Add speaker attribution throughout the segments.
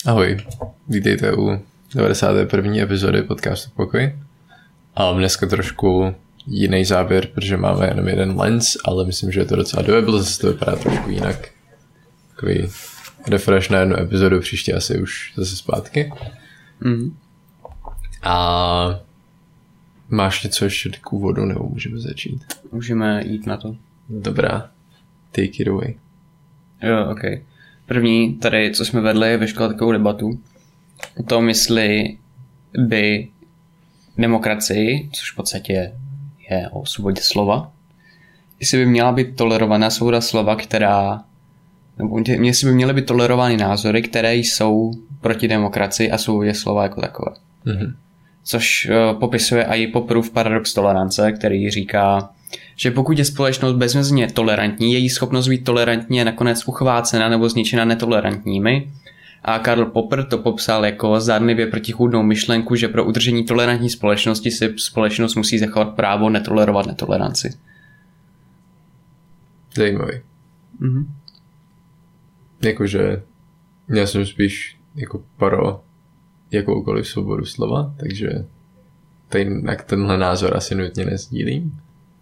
Speaker 1: Ahoj, vítejte u 91. epizody podcastu Pokoj. A dneska trošku jiný záběr, protože máme jenom jeden lens, ale myslím, že je to docela doable, zase to vypadá trošku jinak. Takový refresh na jednu epizodu, příště asi už zase zpátky. A máš něco ještě k úvodu, nebo můžeme začít?
Speaker 2: Můžeme jít na to.
Speaker 1: Dobrá, take it away.
Speaker 2: Jo, ok. První, tady, co jsme vedli ve škole, takovou debatu o tom, jestli by demokracii, což v podstatě je o svobodě slova, jestli by měla být tolerovaná svoboda slova, nebo jestli by měly být tolerovány názory, které jsou proti demokracii a svobodě slova jako takové.
Speaker 1: Mhm.
Speaker 2: Což popisuje i Popperův paradox tolerance, který říká, že pokud je společnost bezmezně tolerantní, její schopnost být tolerantní je nakonec uchvácena nebo zničena netolerantními. A Karl Popper to popsal jako zdánlivě protichůdnou myšlenku, že pro udržení tolerantní společnosti si společnost musí zachovat právo netolerovat netoleranci.
Speaker 1: Zajímavý.
Speaker 2: Mhm.
Speaker 1: Jakože já jsem spíš jako pro jakoukoliv svobodu slova, takže tenhle názor asi nutně nezdílím.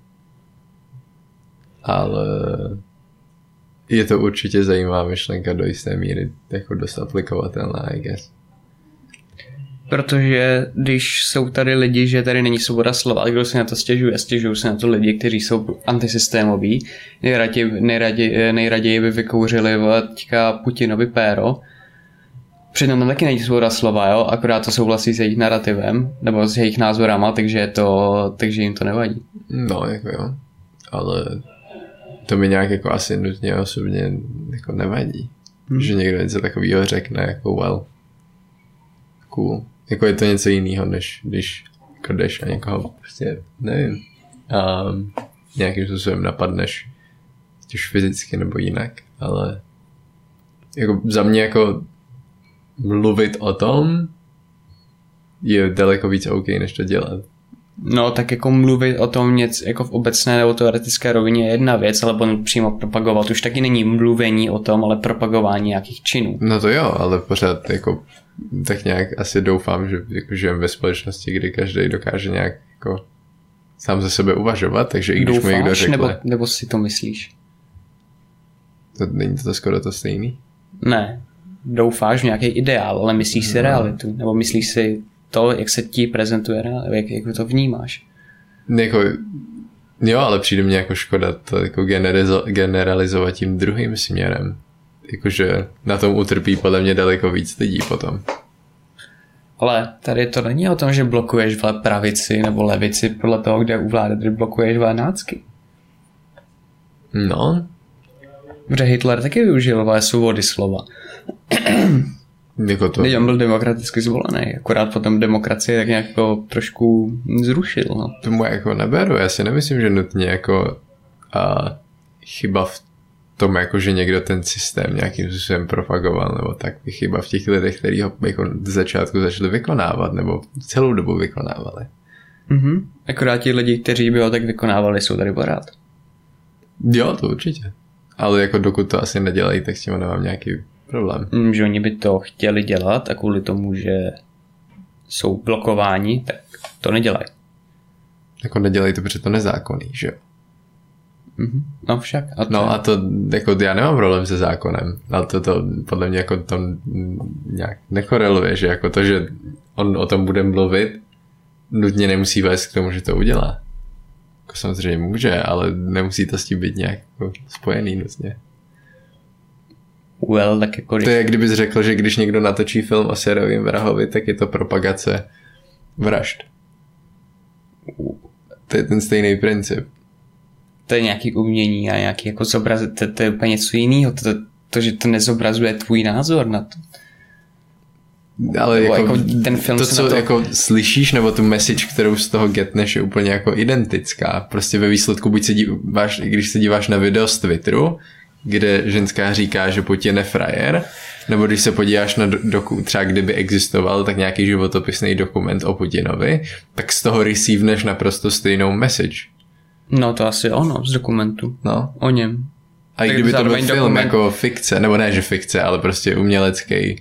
Speaker 1: Ale je to určitě zajímavá myšlenka do jisté míry, jako dost aplikovatelná, I guess. Protože když jsou tady lidi, že tady není svoboda slova, a kdo se na to stěžují se na to lidi, kteří jsou antisystémoví, nejraději by vykouřili teďka Putinovi péro. Přitom tam taky není svoboda slova, jo? Akorát to souhlasí s jejich narrativem, nebo s jejich názorama, takže jim to nevadí. No, jako jo, ale to mi nějak jako asi nutně osobně jako nevadí. Že někdo něco takového řekne jako well, cool. Jako je to něco jiného, než když jako jdeš a někoho prostě, nevím, nějakým způsobem napadneš, už fyzicky nebo jinak, ale jako za mě jako mluvit o tom je daleko víc OK, než to dělat. No, tak jako mluvit o tom něco jako v obecné nebo teoretické rovině je jedna věc, ale přímo propagovat už taky není mluvení o tom, ale propagování nějakých činů. No to jo, ale pořád jako tak nějak asi doufám, že jako žijeme ve společnosti, kdy každý dokáže nějak jako sám za sebe uvažovat, takže i když doufáš, mu někdo řekne... Nebo si to myslíš? Není to skoro to stejný? Ne, doufáš v nějaký ideál, ale myslíš si realitu, nebo myslíš si to, jak se ti prezentuje, jak to vnímáš. Jako, jo, ale přijde mně jako škoda to jako generalizovat tím druhým směrem. Jakože na tom utrpí podle mě daleko víc lidí potom. Ale tady to není o tom, že blokuješ pravici nebo levici podle toho, kde uvládá, kde blokuješ nácky. No. Protože Hitler taky využil svobody slova. Jako to... On byl demokraticky zvolený, akorát potom demokracie tak nějak jako trošku zrušil. No. Tomu jako neberu, já si nemyslím, že nutně jako chyba v tom, jako že někdo ten systém nějakým způsobem propagoval, nebo tak chyba v těch lidech, kteří ho jako z začátku začali vykonávat, nebo celou dobu vykonávali. Mhm. Akorát ti lidi, kteří by ho tak vykonávali, jsou tady pořád. Jo, to určitě. Ale jako dokud to asi nedělají, tak s tím nemám nějaký problém. Že oni by to chtěli dělat a kvůli tomu, že jsou blokováni, tak to nedělají. Jako nedělají to, protože to nezákonný, že jo? Mm-hmm. No však. A to jako já nemám problém se zákonem, ale to podle mě jako to nějak nekoreluje, že jako to, že on o tom bude mluvit, nutně nemusí vést k tomu, že to udělá. Jako samozřejmě může, ale nemusí to s tím být nějak jako spojený nutně. Well, tak jako to je, jak kdybys řekl, že když někdo natočí film o sériovém vrahovi, tak je to propagace vražd. To je ten stejný princip. To je nějaký umění a nějaký jako zobrazit, to je úplně něco jiného. To, že to nezobrazuje tvůj názor na to. Ale jako ten film to, co jako slyšíš, nebo tu message, kterou z toho getneš, je úplně jako identická. Prostě ve výsledku buď když se díváš na video z Twitteru, kde ženská říká, že Putin je frajer, nebo když se podíváš na třeba kdyby existoval tak nějaký životopisný dokument o Putinovi, tak z toho receiveneš naprosto stejnou message. No to asi ono z dokumentu. No. O něm. A i kdyby to byl film jako fikce, nebo ne, že fikce, ale prostě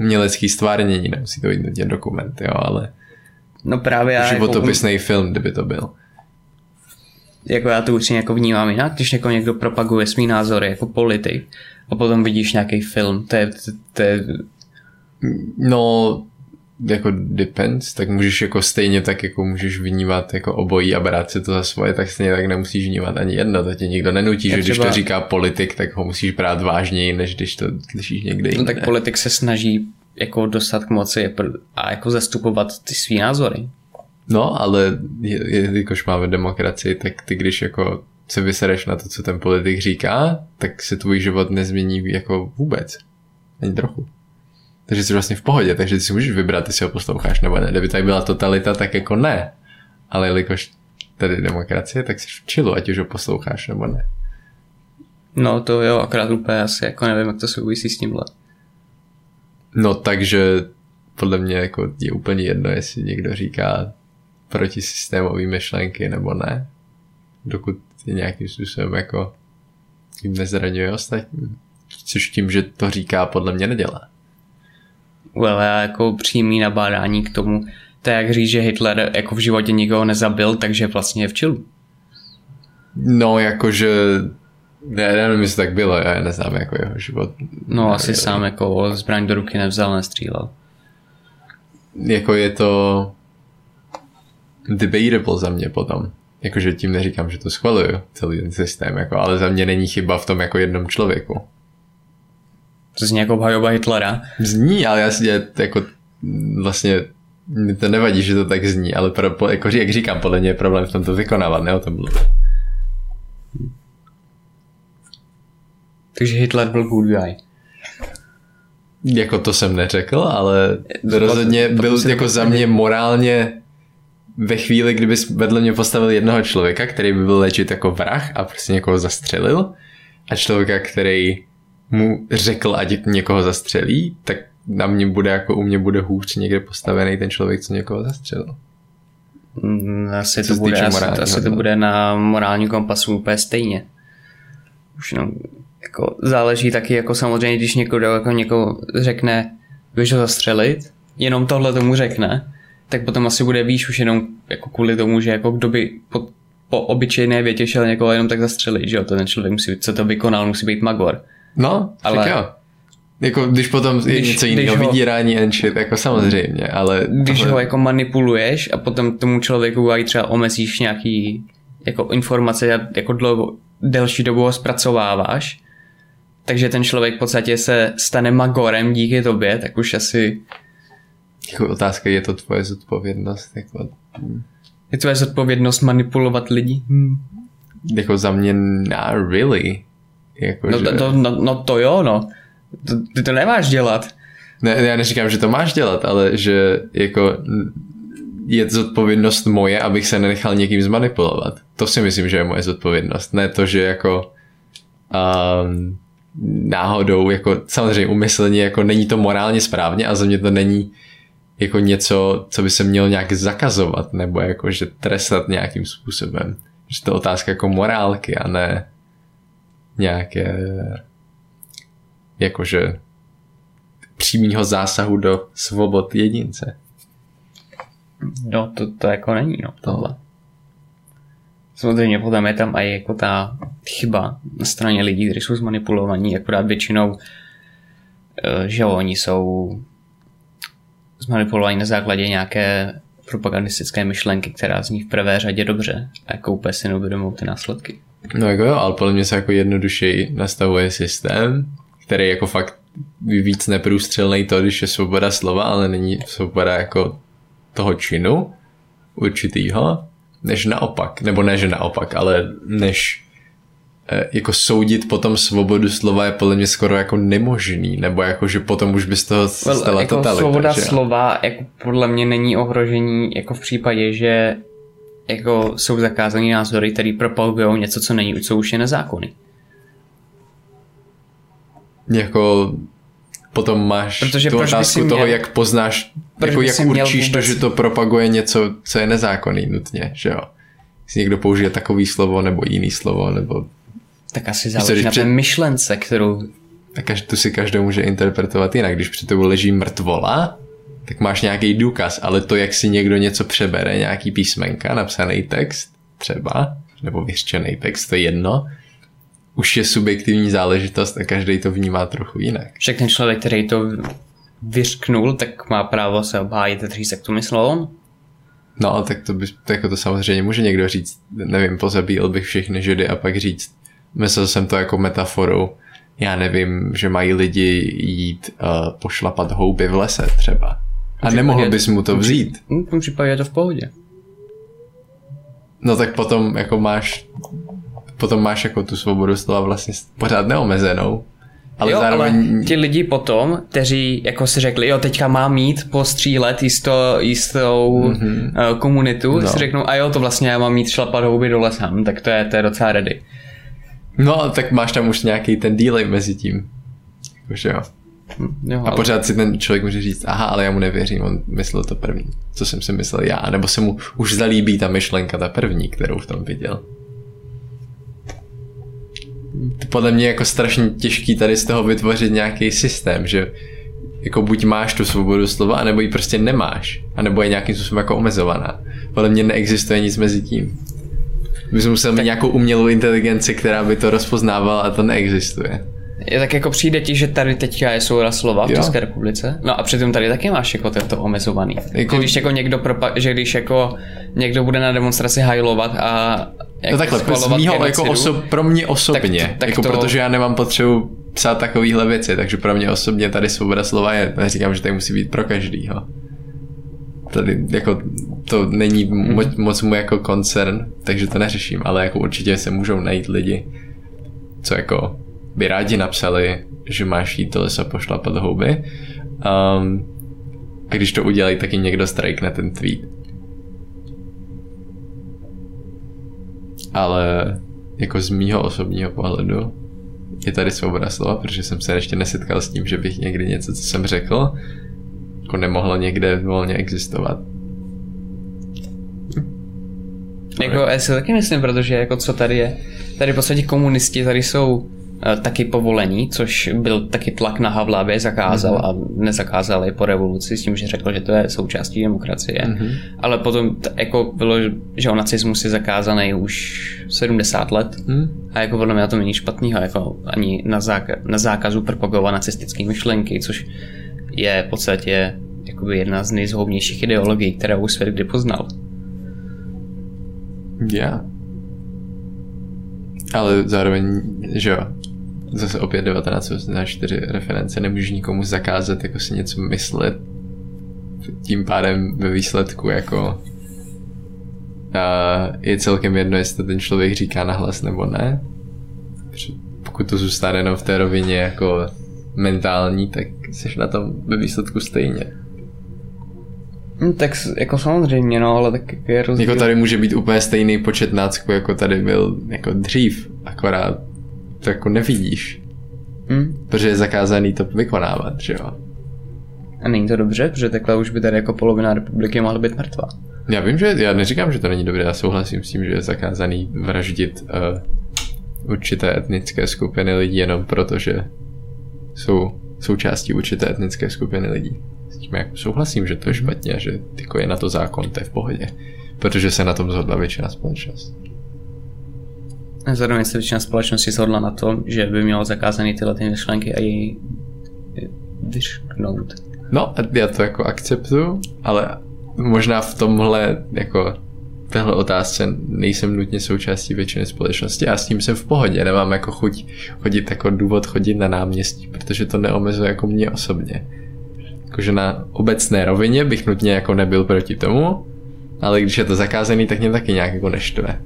Speaker 3: umělecký stvárnění, nemusí to být nutně dokument, jo, ale
Speaker 2: no právě
Speaker 3: životopisný film, kdyby to byl.
Speaker 2: Jako já to určitě jako vnímám jinak, když jako někdo propaguje svý názory jako politik a potom vidíš nějaký film, to je...
Speaker 3: No, jako depends, tak můžeš jako stejně tak jako můžeš vnímat jako obojí a brát si to za svoje, tak stejně tak nemusíš vnímat ani jedno, to tě nikdo nenutí, že když to říká politik, tak ho musíš brát vážněji, než když to slyšíš někde jinde.
Speaker 2: No tak politik se snaží jako dostat k moci a jako zastupovat ty svý názory.
Speaker 3: No, ale jakož máme demokracii, tak ty když jako se vysereš na to, co ten politik říká, tak se tvůj život nezmění jako vůbec. Ani trochu. Takže jsi vlastně v pohodě, takže ty si můžeš vybrat, ty si ho posloucháš nebo ne. Kdyby tady byla totalita, tak jako ne. Ale jelikož tady demokracie, tak jsi v chillu, ať už ho posloucháš nebo ne.
Speaker 2: No to jo, akorát úplně asi jako nevím, jak to souvisí s tímhle.
Speaker 3: No takže podle mě jako je úplně jedno, jestli někdo říká protisystémové myšlenky nebo ne. Dokud je nějakým způsobem jako tím nezraňuje ostatní. Což tím, že to říká, podle mě nedělá.
Speaker 2: Já jako přímý nabádání k tomu, to je jak říct, že Hitler jako v životě nikoho nezabil, takže vlastně je v chillu.
Speaker 3: No jakože já nevím, jestli tak bylo, já neznám jako jeho život.
Speaker 2: No asi sám jako zbraň do ruky nevzal, nestřílel.
Speaker 3: Jako je to debatable za mě potom. Jakože tím neříkám, že to schvaluju, celý ten systém, jako, ale za mě není chyba v tom jako jednom člověku.
Speaker 2: To zní jako obhajoba Hitlera.
Speaker 3: Zní, ale jasně jako vlastně mi to nevadí, že to tak zní, ale jako, jak říkám, podle mě je problém v tom to vykonávat, ne o tom mluvit.
Speaker 2: Takže Hitler byl good guy.
Speaker 3: Jako to jsem neřekl, ale rozhodně byl jako za mě morálně ve chvíli, kdyby vedle mě postavil jednoho člověka, který by byl léčit jako vrah a prostě někoho zastřelil, a člověka, který mu řekl, ať někoho zastřelí, tak na mě bude jako u mě bude hůř někde postavený ten člověk, co někoho zastřelil.
Speaker 2: Asi to bude na morálním kompasu úplně stejně. Už jenom jako záleží taky jako samozřejmě, když někoho řekne, běž ho zastřelit, jenom tohle tomu řekne, tak potom asi bude víš už jenom jako kvůli tomu, že jako kdo by po obyčejné větě šel někoho jenom tak zastřelit, že jo, to ten člověk musí, co to vykonal, musí být magor.
Speaker 3: No, ale jo. Jako když potom je něco jiného, vydírání and shit, jako samozřejmě, ale...
Speaker 2: Když ho jako manipuluješ a potom tomu člověku aj třeba omezíš nějaký jako informace a jako delší dobu ho zpracováváš, takže ten člověk v podstatě se stane magorem díky tobě, tak už asi...
Speaker 3: Jako otázka, je to tvoje zodpovědnost? Jako...
Speaker 2: Je tvoje zodpovědnost manipulovat lidi?
Speaker 3: Jako za mě, not really. Jako,
Speaker 2: no,
Speaker 3: že...
Speaker 2: to jo, no. Ty to nemáš dělat.
Speaker 3: Ne, já neříkám, že to máš dělat, ale že jako je zodpovědnost moje, abych se nenechal někým zmanipulovat. To si myslím, že je moje zodpovědnost. Ne to, že jako náhodou, jako samozřejmě umyslně, jako není to morálně správně a za mě to není jako něco, co by se mělo nějak zakazovat nebo jako, že trestat nějakým způsobem. Že to je otázka jako morálky a ne nějaké jakože přímýho zásahu do svobod jedince.
Speaker 2: No, to jako není, no, tohle. Samozřejmě potom je tam i jako ta chyba na straně lidí, kteří jsou zmanipulovaní, akorát většinou, že oni jsou zmanipulovaní na základě nějaké propagandistické myšlenky, která zní v prvé řadě dobře a jako úplně si neuvědomují ty následky.
Speaker 3: No jako jo, ale podle mě se jako jednodušeji nastavuje systém, který jako fakt víc neprůstřelnej to, když je svoboda slova, ale není svoboda jako toho činu určitýho, než naopak, nebo ne, že naopak, ale než jako soudit potom svobodu slova je podle mě skoro jako nemožný, nebo jako, že potom už by z toho stala
Speaker 2: jako
Speaker 3: totalita.
Speaker 2: Svoboda slova jako podle mě není ohrožení jako v případě, že jako jsou zakázané názory, které propagují něco, co není, co už je nezákonný.
Speaker 3: Jako potom máš tu otázku toho, jak poznáš, jako jak určíš to, že to propaguje něco, co je nezákonný nutně, že jo. Jestli někdo použije takový slovo nebo jiný slovo, nebo...
Speaker 2: Tak asi záleží na té myšlence, kterou
Speaker 3: A tu si každou může interpretovat jinak. Když před tebou leží mrtvola, tak máš nějaký důkaz, ale to, jak si někdo něco přebere, nějaký písmenka, napsaný text třeba, nebo vyřčený text, to je jedno, už je subjektivní záležitost a každý to vnímá trochu jinak.
Speaker 2: Však ten člověk, který to vyřknul, tak má právo se obhájit a říct, jak to myslel on.
Speaker 3: No, tak to samozřejmě může někdo říct, nevím, pozabíjel bych všechny Židy a pak říct, myslel jsem to jako metaforu, já nevím, že mají lidi jít pošlapat houby v lese třeba. A nemohl bys mu to vzít.
Speaker 2: V tom případě je to v pohodě.
Speaker 3: No tak potom jako máš jako tu svobodu slova vlastně pořád neomezenou. Ale
Speaker 2: jo,
Speaker 3: zároveň...
Speaker 2: ale ti lidi potom, kteří jako si řekli, jo, teďka mám mít postřílet jistou komunitu, si řeknou, a jo, to vlastně já mám mít šlapat houby do lesa, tak to je docela ready.
Speaker 3: No, tak máš tam už nějaký ten delay mezi tím. Jakože jo.
Speaker 2: Jo,
Speaker 3: a pořád si ten člověk může říct, aha, ale já mu nevěřím, on myslel to první, co jsem si myslel já, nebo se mu už zalíbí ta myšlenka, ta první, kterou v tom viděl. To podle mě je jako strašně těžký tady z toho vytvořit nějaký systém, že jako buď máš tu svobodu slova, anebo ji prostě nemáš, anebo je nějakým způsobem jako omezovaná. Podle mě neexistuje nic mezi tím. Bys musel mít nějakou umělou inteligenci, která by to rozpoznávala, a to neexistuje.
Speaker 2: Je tak jako přijde ti, že tady teďka je svoboda slova v České republice, no a přitom tady taky máš jako to omezovaný. Jako... Když jako když jako někdo bude na demonstraci hajlovat a
Speaker 3: no takhle, jako pro mě osobně, tak jako to... protože já nemám potřebu psát takovýhle věci, takže pro mě osobně tady svoboda slova je, neříkám, že tady musí být pro každýho. Tady jako to není moc můj jako koncern, takže to neřeším, ale jako určitě se můžou najít lidi, co jako by rádi napsali, že máš jít do lesa pošlapat houby, a když to udělají, tak jim někdo strajkne ten tweet. Ale jako z mýho osobního pohledu je tady svoboda slova, protože jsem se ještě nesetkal s tím, že bych někdy něco, co jsem řekl, jako nemohlo někde volně existovat.
Speaker 2: Jako já si taky myslím, protože jako co tady je, tady v podstatě komunisti tady jsou taky povolení, což byl taky tlak na Havla, aby je zakázal a nezakázal je po revoluci s tím, že řekl, že to je součástí demokracie. Ale potom jako bylo, že nacismus je zakázaný už 70 let a jako podle mě to není špatného, jako ani na zákazu propagovat nacistické myšlenky, což je v podstatě jakoby jedna z nejzhoubnějších ideologií, kterou svět kdy poznal.
Speaker 3: Yeah. Ale zároveň, že jo, zase opět 1984 reference, nemůžeš nikomu zakázat jako si něco myslet, tím pádem ve výsledku jako je celkem jedno, jestli ten člověk říká nahlas nebo ne. Pokud to zůstane jenom v té rovině jako mentální, tak jsi na tom ve výsledku stejně.
Speaker 2: Tak jako samozřejmě, no, ale tak je rozdíl.
Speaker 3: Jako tady může být úplně stejný počet nácků, jako tady byl jako dřív, akorát to jako nevidíš. Protože je zakázaný to vykonávat, že jo?
Speaker 2: A není to dobře, protože takhle už by tady jako polovina republiky mohla být mrtvá.
Speaker 3: Já neříkám, že to není dobré, já souhlasím s tím, že je zakázaný vraždit určité etnické skupiny lidí jenom proto, že jsou součástí určité etnické skupiny lidí. S tím jako souhlasím, že to je špatně, že jako je na to zákon, to je v pohodě. Protože se na tom shodla většina společnost.
Speaker 2: Zároveň se většina společnosti shodla na tom, že by mělo zakázaný tyhle ty myšlenky a jej vyřknout.
Speaker 3: No, já to jako akceptuju, ale možná v tomhle jako téhle otázce nejsem nutně součástí většiny společnosti a s tím jsem v pohodě, nemám jako chuť chodit jako důvod chodit na náměstí, protože to neomezuje jako mě osobně. Jakože na obecné rovině bych nutně jako nebyl proti tomu, ale když je to zakázaný, tak mě taky nějak jako neštve.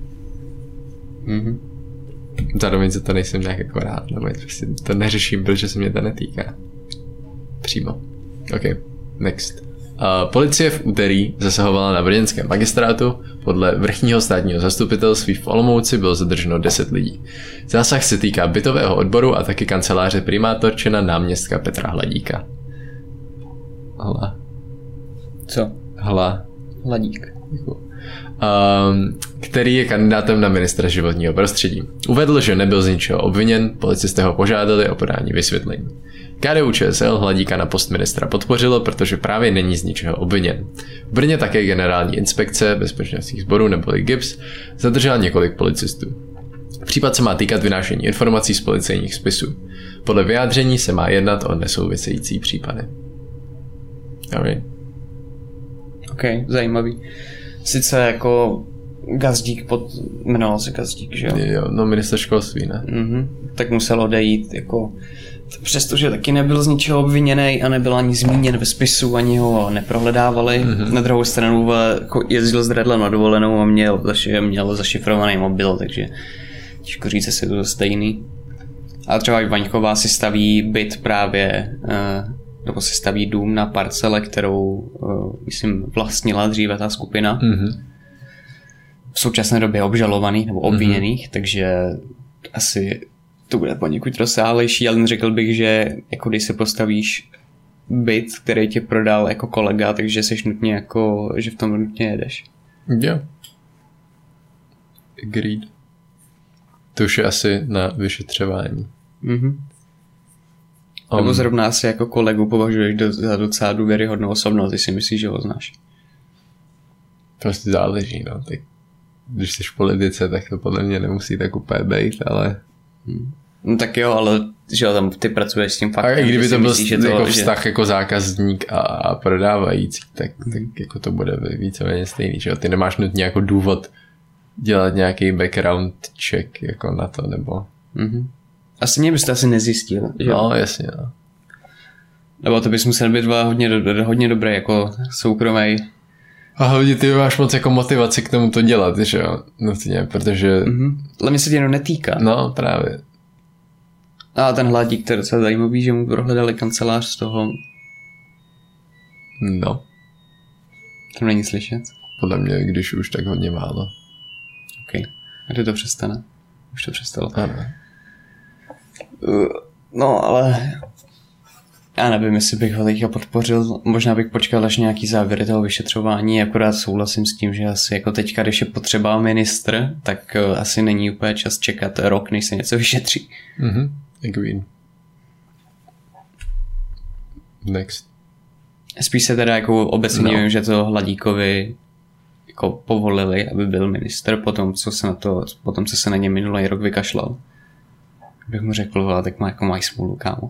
Speaker 3: Zároveň za to nejsem nějak jako rád, nebo prostě to neřeším, protože se mě to netýká. Přímo. OK, next. Policie v úterý zasahovala na brněnském magistrátu. Podle vrchního státního zastupitelství v Olomouci bylo zadrženo 10 lidí. Zásah se týká bytového odboru a taky kanceláře primátorčina náměstka Petra Hladíka.
Speaker 2: Co?
Speaker 3: Hladík. který je kandidátem na ministra životního prostředí. Uvedl, že nebyl z ničeho obviněn, policisté ho požádali o podání vysvětlení. KDU-ČSL Hladíka na post ministra podpořilo, protože právě není z ničeho obviněn. V Brně také generální inspekce bezpečnostních sborů neboli GIBS zadržela několik policistů. Případ se má týkat vynášení informací z policejních spisů. Podle vyjádření se má jednat o nesouvisející případy.
Speaker 2: OK, zajímavý. Sice jako Gazdík jmenoval se Gazdík, že jo?
Speaker 3: Jo, no ministr školství, ne?
Speaker 2: Tak musel odejít, jako přestože taky nebyl z ničeho obviněný a nebyl ani zmíněn ve spisu, ani ho neprohledávali. Na druhou stranu jako jezdil s Redlem na dovolenou a měl zašifrovaný mobil, takže těžko říct, jestli to stejný. A třeba i Vaňchová si staví byt právě, nebo si staví dům na parcele, kterou, myslím, vlastnila dříve ta skupina. V současné době obžalovaných nebo obviněných, takže asi to bude poněkud rozsáhlejší, ale řekl bych, že jako když se postavíš byt, který ti prodal jako kolega, takže seš nutně jako, že v tom nutně jedeš.
Speaker 3: Jo. Agreed. To už je asi na vyšetřování.
Speaker 2: Nebo zrovna asi jako kolegu považuješ za docela důvěryhodnou osobnost, když si myslíš, že ho znáš.
Speaker 3: Prostě záleží, no. Tak, když jsi v politice, tak to podle mě nemusí tak úplně být, ale...
Speaker 2: No tak jo, ale že jo, tam ty pracuješ s tím faktem.
Speaker 3: A kdyby to byl jako vztah jako zákazník a prodávající, tak jako to bude víceméně stejný, že jo. Ty nemáš nutně jako důvod dělat nějaký background check jako na to, nebo...
Speaker 2: Asi mě byste asi nezjistil, že jo?
Speaker 3: No, jasně, no.
Speaker 2: Nebo to bys musel být hodně dobrý jako soukromý.
Speaker 3: A hlavně ty máš moc jako motivaci k tomu to dělat, že jo? Nutně, protože...
Speaker 2: Ale mě se tě jenom netýká.
Speaker 3: No, právě.
Speaker 2: A ten Hladík, to je docela zajímavý, že mu prohledali kancelář z toho.
Speaker 3: No.
Speaker 2: Tam není slyšet?
Speaker 3: Podle mě, když už tak hodně málo.
Speaker 2: OK. A kdy to přestane? Už to přestalo.
Speaker 3: Ano.
Speaker 2: No, ale... Já nevím, jestli bych ho teďka podpořil. Možná bych počkal až nějaký závěry toho vyšetřování. Akorát souhlasím s tím, že asi jako teďka, když je potřeba ministr, tak asi není úplně čas čekat rok, než se něco vyšetří.
Speaker 3: Agreed. Next.
Speaker 2: Spíš se teda jako obecně vím, že to Hladíkovi jako povolili, aby byl ministr, potom co se na ně minulý rok vykašlal. Bych mu řekl, tak má jako máš smůlu, kámo.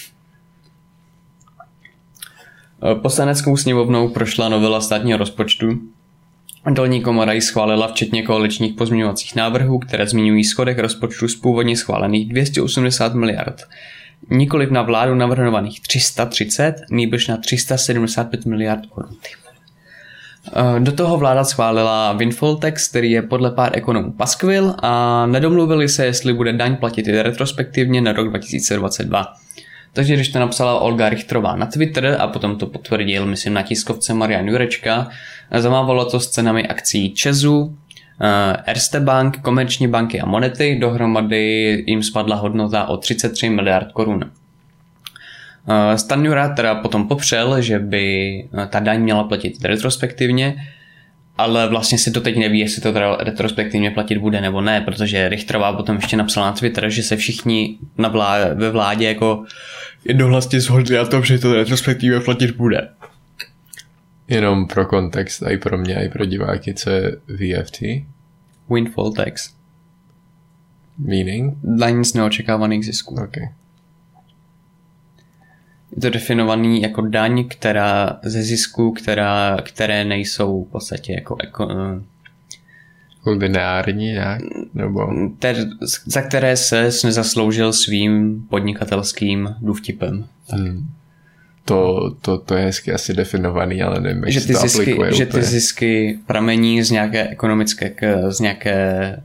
Speaker 2: Poslaneckou sněmovnou prošla novela státního rozpočtu. Dolní komora ji schválila včetně koaličních pozměňovacích návrhů, které zmiňují schodek rozpočtu z původně schválených 280 miliard. Nikoliv na vládu navrhovaných 330, nýbrž na 375 miliard korun. Do toho vláda schválila windfall tax, který je podle pár ekonomů paskvil a nedomluvili se, jestli bude daň platit retrospektivně na rok 2022. Takže když to napsala Olga Richtrová na Twitter a potom to potvrdil, myslím, na tiskovce Marian Jurečka, zamávalo to s cenami akcí ČEZu, Erste Bank, Komerční banky a Monety, dohromady jim spadla hodnota o 33 miliard korun. Stanjura teda potom popřel, že by ta daň měla platit retrospektivně, ale vlastně si to teď neví, jestli to teda retrospektivně platit bude nebo ne, protože Richtrová potom ještě napsala na Twitter, že se všichni ve vládě jako jednohlasně shodli na tom, že to retrospektivně platit bude.
Speaker 3: Jenom pro kontext, i pro mě, i pro diváky, co je VFT?
Speaker 2: Windfall tax.
Speaker 3: Meaning?
Speaker 2: Daň z neočekávaných zisků.
Speaker 3: Okay.
Speaker 2: Je to definovaný jako daň, která ze zisků, které nejsou v podstatě jako
Speaker 3: lineární nějak? Nebo...
Speaker 2: za které se nezasloužil svým podnikatelským důvtipem.
Speaker 3: To je hezky asi definovaný, ale nevím, jak se to aplikuje.
Speaker 2: Že ty zisky pramení z nějaké ekonomické, z nějaké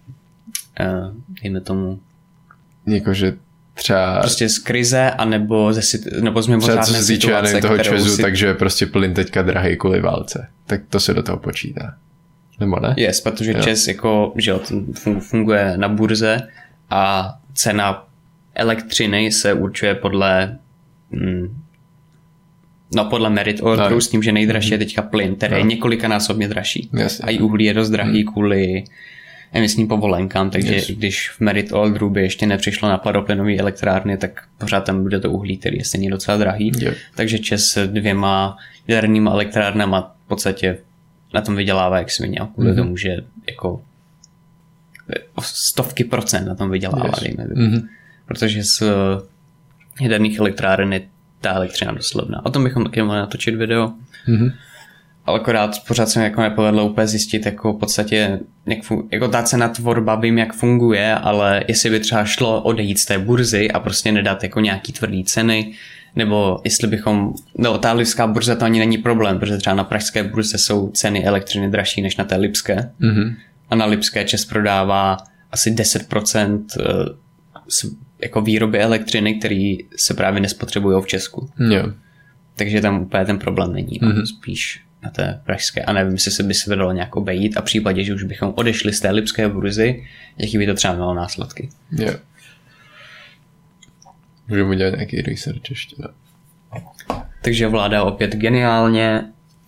Speaker 2: dejme tomu
Speaker 3: jakože třeba...
Speaker 2: Prostě z krize, anebo z mimořádné situace,
Speaker 3: toho ČEZu, takže je prostě plyn teďka drahý kvůli válce. Tak to se do toho počítá. Nebo ne?
Speaker 2: Yes, protože ČEZ jako, že funguje na burze a cena elektřiny se určuje podle No podle Merit Order s tím, že nejdražší je teďka plyn, který je několikanásobně dražší.
Speaker 3: Jasně.
Speaker 2: A i uhlí je dost drahý kvůli emisním povolenkám, takže když v Merit Orderu by ještě nepřišlo na paroplynový elektrárny, tak pořád tam bude to uhlí, který je stejně docela drahý. Takže ČEZ s 2 jadernýma elektrárnama v podstatě na tom vydělává jak svině. Kvůli tomu, že jako stovky procent na tom vydělává, dejme. Protože z jaderných elektráren je ta elektřina dost levná. O tom bychom taky mohli natočit video. Ale akorát pořád se mi jako nepovedlo úplně zjistit jako v podstatě jako ta cena tvorba, vím jak funguje, ale jestli by třeba šlo odejít z té burzy a prostě nedat jako nějaký tvrdý ceny, nebo jestli bychom, no ta lipská burza to ani není problém, protože třeba na pražské burze jsou ceny elektřiny dražší než na té lipské. A na lipské ČEZ prodává asi 10% jako výroby elektřiny, který se právě nespotřebují v Česku. Takže tam úplně ten problém není. Spíš na té pražské. A nevím, jestli by se to dalo nějak obejít a v případě, že už bychom odešli z té lipské burzy, jaký by to třeba mělo následky.
Speaker 3: Můžeme dělat nějaký research ještě. No.
Speaker 2: Takže vláda opět geniálně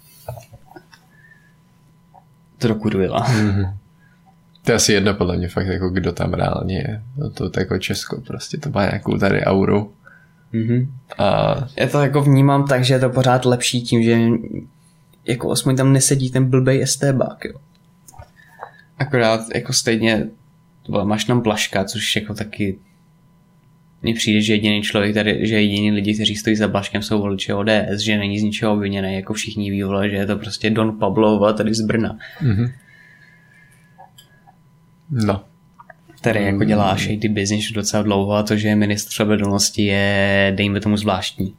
Speaker 2: to dokurvila.
Speaker 3: To je asi jedno podle mě fakt, jako kdo tam reálně je. No to jako Česko prostě, to má nějakou tady auru. A
Speaker 2: já to jako vnímám tak, že je to pořád lepší tím, že jako aspoň tam nesedí ten blbej STBák, jo. Akorát jako stejně máš tam Blažka, což jako taky mně přijde, že jediný člověk tady, že jediný lidi, kteří stojí za Blažkem, jsou voliči ODS, že není z ničeho obviněný, jako všichni ví, že je to prostě Don Pablo tady z Brna.
Speaker 3: No.
Speaker 2: Který jako dělá shady business docela dlouho a to, že je ministr spravedlnosti je, dejme tomu, zvláštní.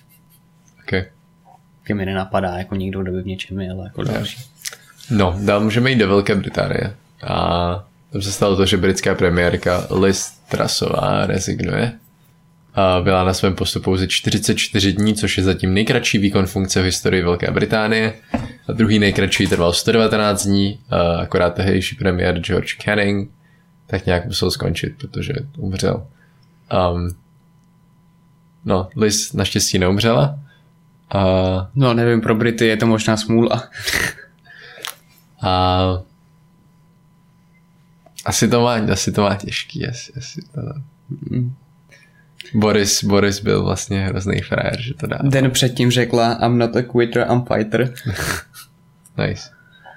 Speaker 2: Taky mi nenapadá jako někdo, kdo by v něčem je, ale jako další.
Speaker 3: No, dál můžeme jít do Velké Británie. A tam se stalo to, že britská premiérka Liz Trussová rezignuje. A byla na svém postu pouze 44 dní, což je zatím nejkratší výkon funkce v historii Velké Británie. A druhý nejkratší trval 119 dní, akorát tehdejší premiér George Canning tak nějak musel skončit, protože umřel. No, Liz naštěstí neumřela.
Speaker 2: No, nevím, pro Brity je to možná smůla.
Speaker 3: Asi to má těžký. Asi to... Boris byl vlastně hrozný frajer, že to dá.
Speaker 2: Den předtím řekla I'm not a quitter, I'm fighter.
Speaker 3: Nice.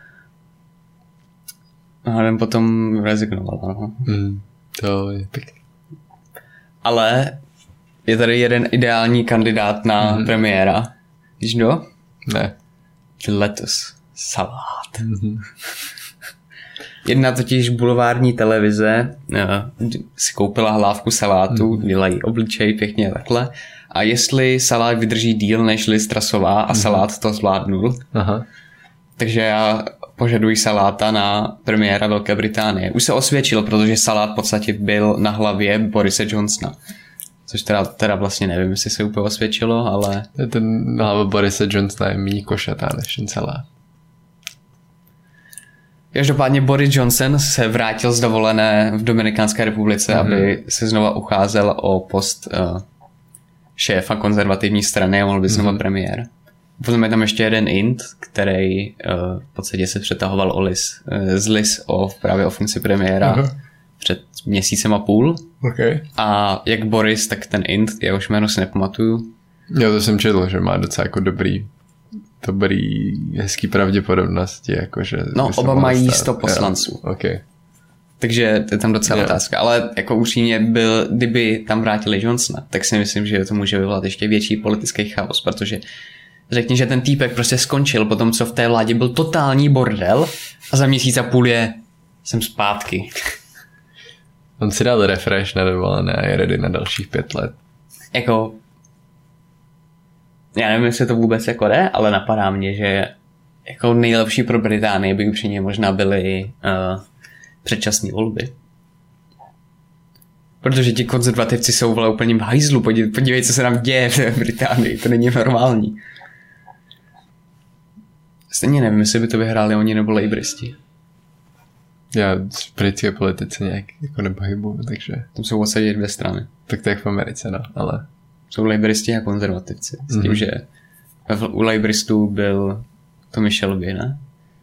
Speaker 2: A den potom rezignovala. No.
Speaker 3: To je pěkný.
Speaker 2: Ale je tady jeden ideální kandidát na premiéra. Víš kdo?
Speaker 3: Ne.
Speaker 2: Letos. Salát. Jedna totiž bulvární televize si koupila hlávku salátu, dělají obličej pěkně takhle. A jestli salát vydrží díl než Liz Trussová a salát to zvládnul, takže já požaduji Saláta na premiéra Velké Británie. Už se osvědčil, protože Salát v podstatě byl na hlavě Borise Johnsona. Což teda vlastně nevím, jestli se úplně osvědčilo, ale...
Speaker 3: Ten hlava Borise Johnsona je méně košatá než ten Salát.
Speaker 2: Každopádně Boris Johnson se vrátil z dovolené v Dominikánské republice, aby se znova ucházel o post šéfa konzervativní strany a mohl být znova premiér. Potom je tam ještě jeden Int, který v podstatě se přetahoval z Liz právě o funkci premiéra před měsícem a půl. A jak Boris, tak ten Int, já už jméno si nepamatuju.
Speaker 3: Já to jsem četl, že má docela jako dobrý hezký pravděpodobnosti. Jako, že
Speaker 2: no, oba mají 100 poslanců. Takže to je tam docela otázka. Ale jako upřímně kdyby tam vrátili Johnsona, tak si myslím, že to může vyvolat ještě větší politický chaos, protože řekni, že ten týpek prostě skončil po tom, co v té vládě byl totální bordel a za měsíc a půl jsem zpátky.
Speaker 3: On si dal refresh na dovolené a je ready na dalších 5 let.
Speaker 2: Jako já nevím, jestli to vůbec jako jde, ale napadá mě, že jako nejlepší pro Británii by upřímně možná byly předčasné volby. Protože ti konzervativci jsou vole úplně v hajzlu, podívej, co se nám děje v Británii, to není normální. Stejně nevím, jestli by to vyhráli oni nebo lejbristi.
Speaker 3: Já v britské politice nějak jako nepohybuju, takže...
Speaker 2: Tam jsou odsadit 2 strany.
Speaker 3: Tak to je v Americe, no, ale...
Speaker 2: Jsou lejbristi a konzervativci. S tím, že U Lejbristů byl to Michelby, ne?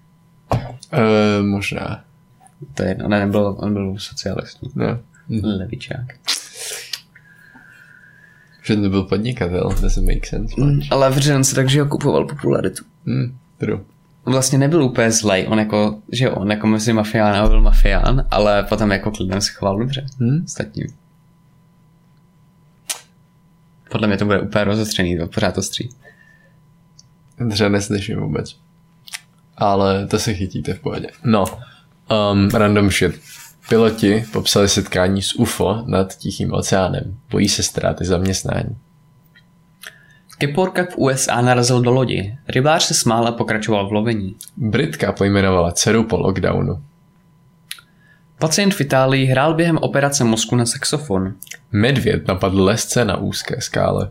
Speaker 3: Možná.
Speaker 2: To je jedno, ne, on byl socialistů.
Speaker 3: No.
Speaker 2: Levičák.
Speaker 3: Že nebyl podnikatel, doesn't make sense.
Speaker 2: Ale vřen se takže ho kupoval popularitu.
Speaker 3: True.
Speaker 2: Vlastně nebyl úplně zlej, on jako mezi mafiánem byl mafián, ale potom jako klidem se choval dobře. Ostatním. Podle mě to bude úplně rozostřený, pořád ostrý.
Speaker 3: Dře neslyším vůbec. Ale to se chytíte v pohodě. No, random shit. Piloti popsali setkání s UFO nad Tichým oceánem. Bojí se ztráty zaměstnání.
Speaker 2: Kyporka v USA narazil do lodi. Rybář se smál a pokračoval v lovení.
Speaker 3: Britka pojmenovala dceru po lockdownu.
Speaker 2: Pacient v Itálii hrál během operace mozku na saxofon.
Speaker 3: Medvěd napadl lesce na úzké skále.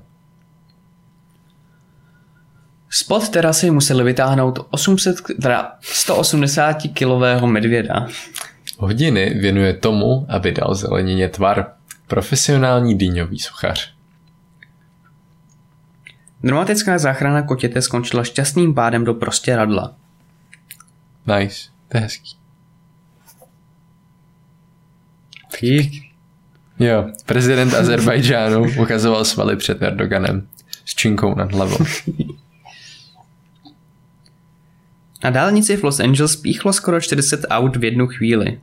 Speaker 2: Spod terasy museli vytáhnout 180-kilového medvěda.
Speaker 3: Hodiny věnuje tomu, aby dal zelenině tvar. Profesionální dýňový sochař.
Speaker 2: Dramatická záchrana kotěte skončila šťastným pádem do prostěradla.
Speaker 3: Nice, to je hezký. Jo, prezident Azerbajdžánu ukazoval svaly před Erdoganem s činkou nad hlavou.
Speaker 2: Na dálnici v Los Angeles píchlo skoro 40 aut v jednu chvíli.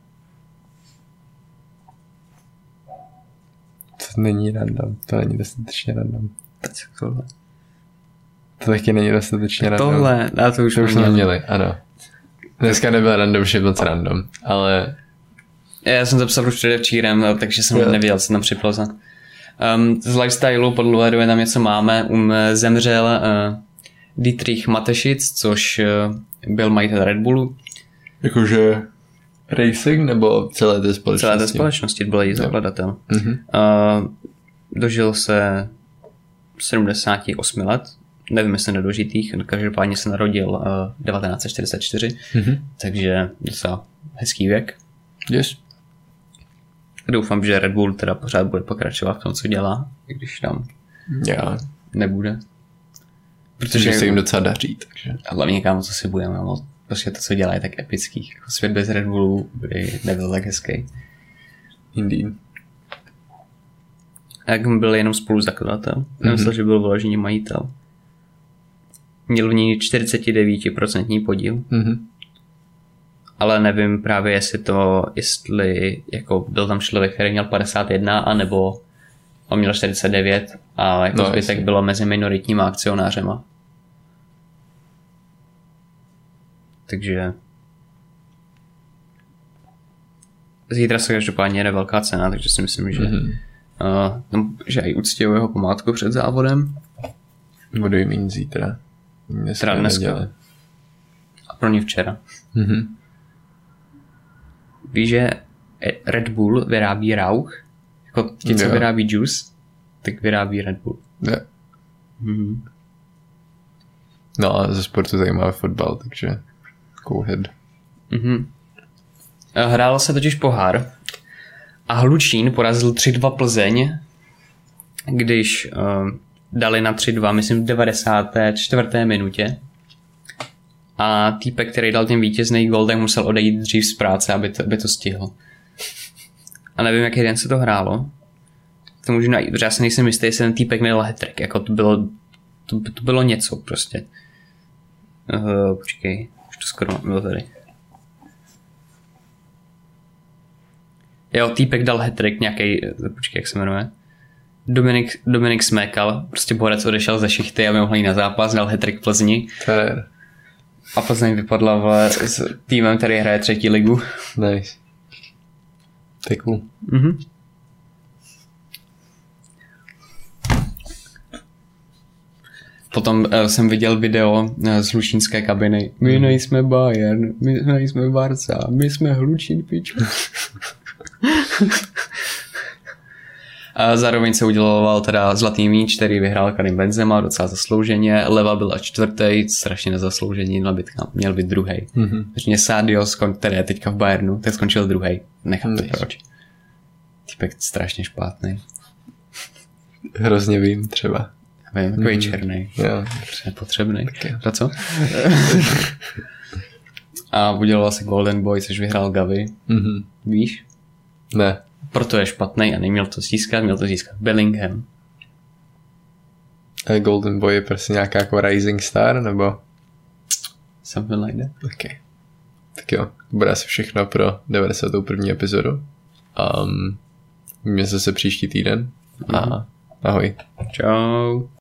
Speaker 3: To není random, to není dostatečně random.
Speaker 2: Tohle.
Speaker 3: To taky není dostatečně random.
Speaker 2: Tohle, a to už
Speaker 3: jsme měli, ano. Dneska nebyl random, že byl random, ale...
Speaker 2: Já jsem zapsal už předevčírem, takže jsem nevěděl, co tam připloza. Z lifestyleu podle tam něco máme. Zemřel Dietrich Mateschitz, což byl majitel Red Bullu.
Speaker 3: Jakože racing nebo celé té společnosti?
Speaker 2: Celé té společnosti, byl její zakladatel. Dožil se 78 let, nevím, jestli nedožitých, každopádně se narodil 1944, takže docela hezký věk.
Speaker 3: Yes.
Speaker 2: Doufám, že Red Bull teda pořád bude pokračovat v tom, co dělá, i když tam nebude.
Speaker 3: Protože se jim docela daří, takže.
Speaker 2: A hlavně kámo, co si budeme, prostě to, co dělá, je tak epický. Jako svět bez Red Bullu by nebyl tak hezký.
Speaker 3: Indeed.
Speaker 2: A jak byl jenom spoluzakladatel. Nemyslel, že byl vyložený majitel. Měl v ní 49% podíl. Ale nevím právě, jestli jako byl tam člověk, který měl 51, anebo on měl 49 a jako zbytek bylo mezi minoritníma akcionářema. Takže zítra se každopádně jede velká cena, takže si myslím, že že i uctějí jeho památku před závodem.
Speaker 3: Budu jim mít zítra.
Speaker 2: Dneska. A pro ně včera. Víš, že Red Bull vyrábí rauch? Jako ti, co vyrábí juice, tak vyrábí Red Bull.
Speaker 3: No a ze sportu zajímavý fotbal, takže go ahead.
Speaker 2: Hrálo se totiž pohár a Hlučín porazil 3-2 Plzeň, když dali na 3-2, myslím v 94. minutě. A týpek, který dal ten vítězný gól, tak musel odejít dřív z práce, aby to stihl. A nevím, jaký den se to hrálo. To můžu najít, protože já se nejsem jistý, jestli ten týpek nedal hat-trick. Jako to bylo něco prostě. Počkej, už to skoro bylo tady. Jo, týpek dal hat-trick nějaký, počkej, jak se jmenuje. Dominik Smékal, prostě borec odešel ze šichty, aby mohl jít na zápas, dal hat-trick Plzni. A Plzeň vypadla s týmem, který hraje 3. ligu.
Speaker 3: Nice. To je cool.
Speaker 2: Potom jsem viděl video z hlučínské kabiny. My nejsme Bayern, my nejsme Barca, my jsme Hlučín, piču. A zároveň se uděloval teda zlatý míč, který vyhrál Karim Benzema docela zaslouženě. Leva byl až 4., strašně nezasloužený, měl být 2. Takže Sadio, který je teďka v Bayernu, tak skončil 2. Nechápu proč. Týpek strašně špatný.
Speaker 3: Hrozně vím třeba.
Speaker 2: Vím, takový černý.
Speaker 3: Jo.
Speaker 2: Nepotřebný. Za co? A udělal si Golden Boy, což vyhrál Gavi.
Speaker 3: Mm-hmm.
Speaker 2: Víš?
Speaker 3: Ne.
Speaker 2: Proto je špatný a neměl to získat, měl to získat Bellingham.
Speaker 3: A Golden Boy je prostě nějaká jako Rising Star, nebo?
Speaker 2: Something like that.
Speaker 3: Okay. Tak jo, bude asi všechno pro 91. epizodu. Uvidíme se příští týden. A ahoj.
Speaker 2: Čau.